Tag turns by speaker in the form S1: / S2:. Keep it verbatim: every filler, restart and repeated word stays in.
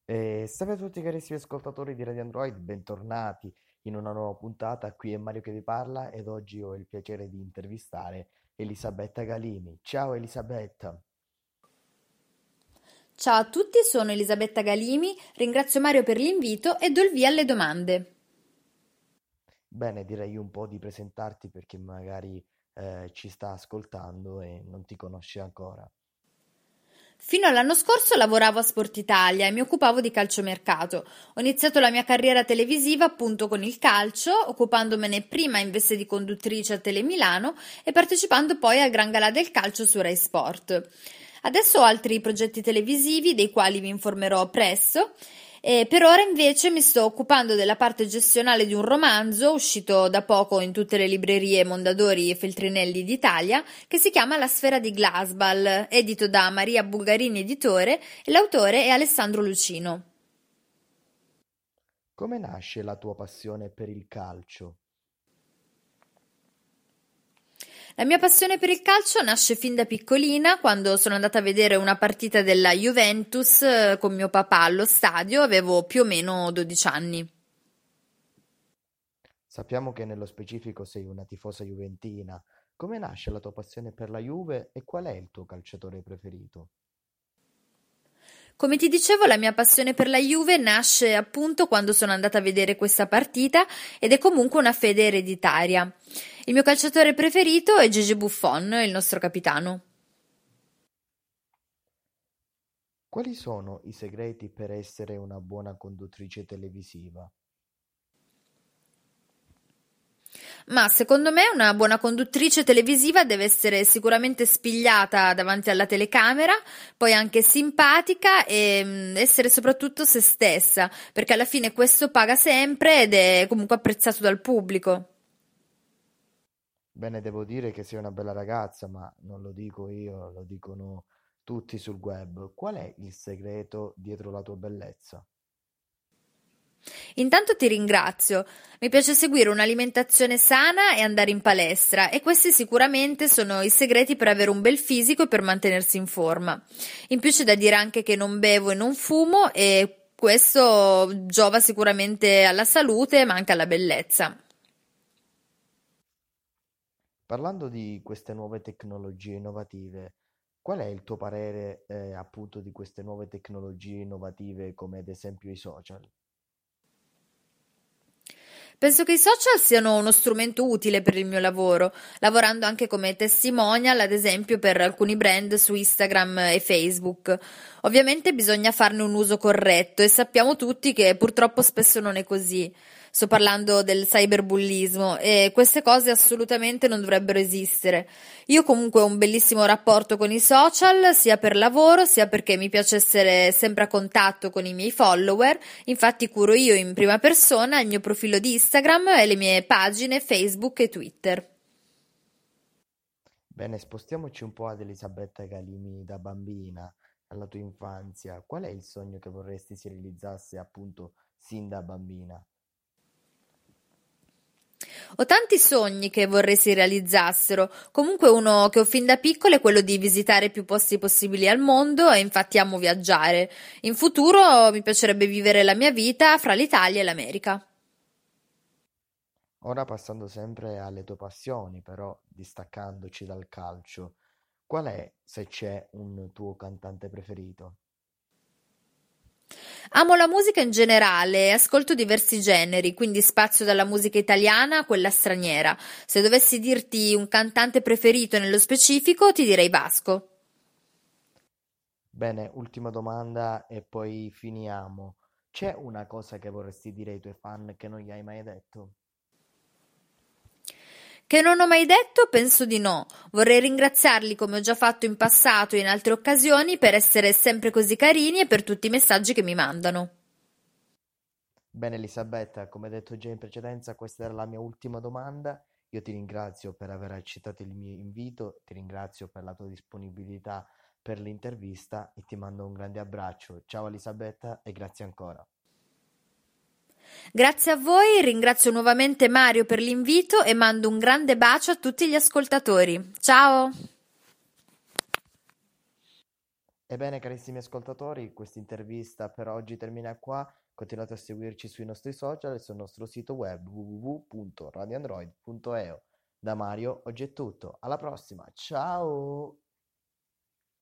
S1: E salve a tutti carissimi ascoltatori di Radio Android, bentornati in una nuova puntata. Qui è Mario che vi parla ed oggi ho il piacere di intervistare Elisabetta Galimi. Ciao Elisabetta.
S2: Ciao a tutti, sono Elisabetta Galimi, ringrazio Mario per l'invito e do il via alle domande.
S1: Bene, direi un po' di presentarti perché magari eh, ci sta ascoltando e non ti conosce ancora.
S2: Fino all'anno scorso lavoravo a Sport Italia e mi occupavo di calciomercato. Ho iniziato la mia carriera televisiva appunto con il calcio, occupandomene prima in veste di conduttrice a Tele Milano e partecipando poi al Gran Galà del calcio su Rai Sport. Adesso ho altri progetti televisivi dei quali vi informerò presto. E per ora invece mi sto occupando della parte gestionale di un romanzo uscito da poco in tutte le librerie Mondadori e Feltrinelli d'Italia che si chiama La sfera di Glasbal, edito da Maria Bulgarini Editore e l'autore è Alessandro Lucino.
S1: Come nasce la tua passione per il calcio?
S2: La mia passione per il calcio nasce fin da piccolina, quando sono andata a vedere una partita della Juventus eh, con mio papà allo stadio, avevo più o meno dodici anni.
S1: Sappiamo che nello specifico sei una tifosa juventina. Come nasce la tua passione per la Juve e qual è il tuo calciatore preferito?
S2: Come ti dicevo, la mia passione per la Juve nasce appunto quando sono andata a vedere questa partita ed è comunque una fede ereditaria. Il mio calciatore preferito è Gigi Buffon, il nostro capitano.
S1: Quali sono i segreti per essere una buona conduttrice televisiva?
S2: Ma secondo me una buona conduttrice televisiva deve essere sicuramente spigliata davanti alla telecamera, poi anche simpatica e mm, essere soprattutto se stessa, perché alla fine questo paga sempre ed è comunque apprezzato dal pubblico.
S1: Bene, devo dire che sei una bella ragazza, ma non lo dico io, lo dicono tutti sul web. Qual è il segreto dietro la tua bellezza?
S2: Intanto ti ringrazio. Mi piace seguire un'alimentazione sana e andare in palestra e questi sicuramente sono i segreti per avere un bel fisico e per mantenersi in forma. In più c'è da dire anche che non bevo e non fumo e questo giova sicuramente alla salute ma anche alla bellezza.
S1: Parlando di queste nuove tecnologie innovative, qual è il tuo parere, eh, appunto di queste nuove tecnologie innovative come ad esempio i social?
S2: Penso che i social siano uno strumento utile per il mio lavoro, lavorando anche come testimonial, ad esempio, per alcuni brand su Instagram e Facebook. Ovviamente bisogna farne un uso corretto e sappiamo tutti che purtroppo spesso non è così. Sto parlando del cyberbullismo e queste cose assolutamente non dovrebbero esistere. Io comunque ho un bellissimo rapporto con i social, sia per lavoro, sia perché mi piace essere sempre a contatto con i miei follower. Infatti curo io in prima persona il mio profilo di Instagram e le mie pagine Facebook e Twitter.
S1: Bene, spostiamoci un po' ad Elisabetta Galimi da bambina, alla tua infanzia. Qual è il sogno che vorresti si realizzasse appunto sin da bambina?
S2: Ho tanti sogni che vorrei si realizzassero. Comunque uno che ho fin da piccolo è quello di visitare più posti possibili al mondo e infatti amo viaggiare. In futuro mi piacerebbe vivere la mia vita fra l'Italia e l'America.
S1: Ora passando sempre alle tue passioni, però distaccandoci dal calcio, qual è, se c'è, un tuo cantante preferito?
S2: Amo la musica in generale e ascolto diversi generi, quindi spazio dalla musica italiana a quella straniera. Se dovessi dirti un cantante preferito nello specifico, ti direi Vasco.
S1: Bene, ultima domanda e poi finiamo. C'è una cosa che vorresti dire ai tuoi fan che non gli hai mai detto?
S2: Che non ho mai detto? Penso di no. Vorrei ringraziarli come ho già fatto in passato e in altre occasioni per essere sempre così carini e per tutti i messaggi che mi mandano.
S1: Bene Elisabetta, come detto già in precedenza, questa era la mia ultima domanda. Io ti ringrazio per aver accettato il mio invito, ti ringrazio per la tua disponibilità per l'intervista e ti mando un grande abbraccio. Ciao Elisabetta e grazie ancora.
S2: Grazie a voi, ringrazio nuovamente Mario per l'invito e mando un grande bacio a tutti gli ascoltatori. Ciao!
S1: Ebbene, carissimi ascoltatori, questa intervista per oggi termina qua. Continuate a seguirci sui nostri social e sul nostro sito web w w w punto radio android punto e o. Da Mario, oggi è tutto. Alla prossima, ciao!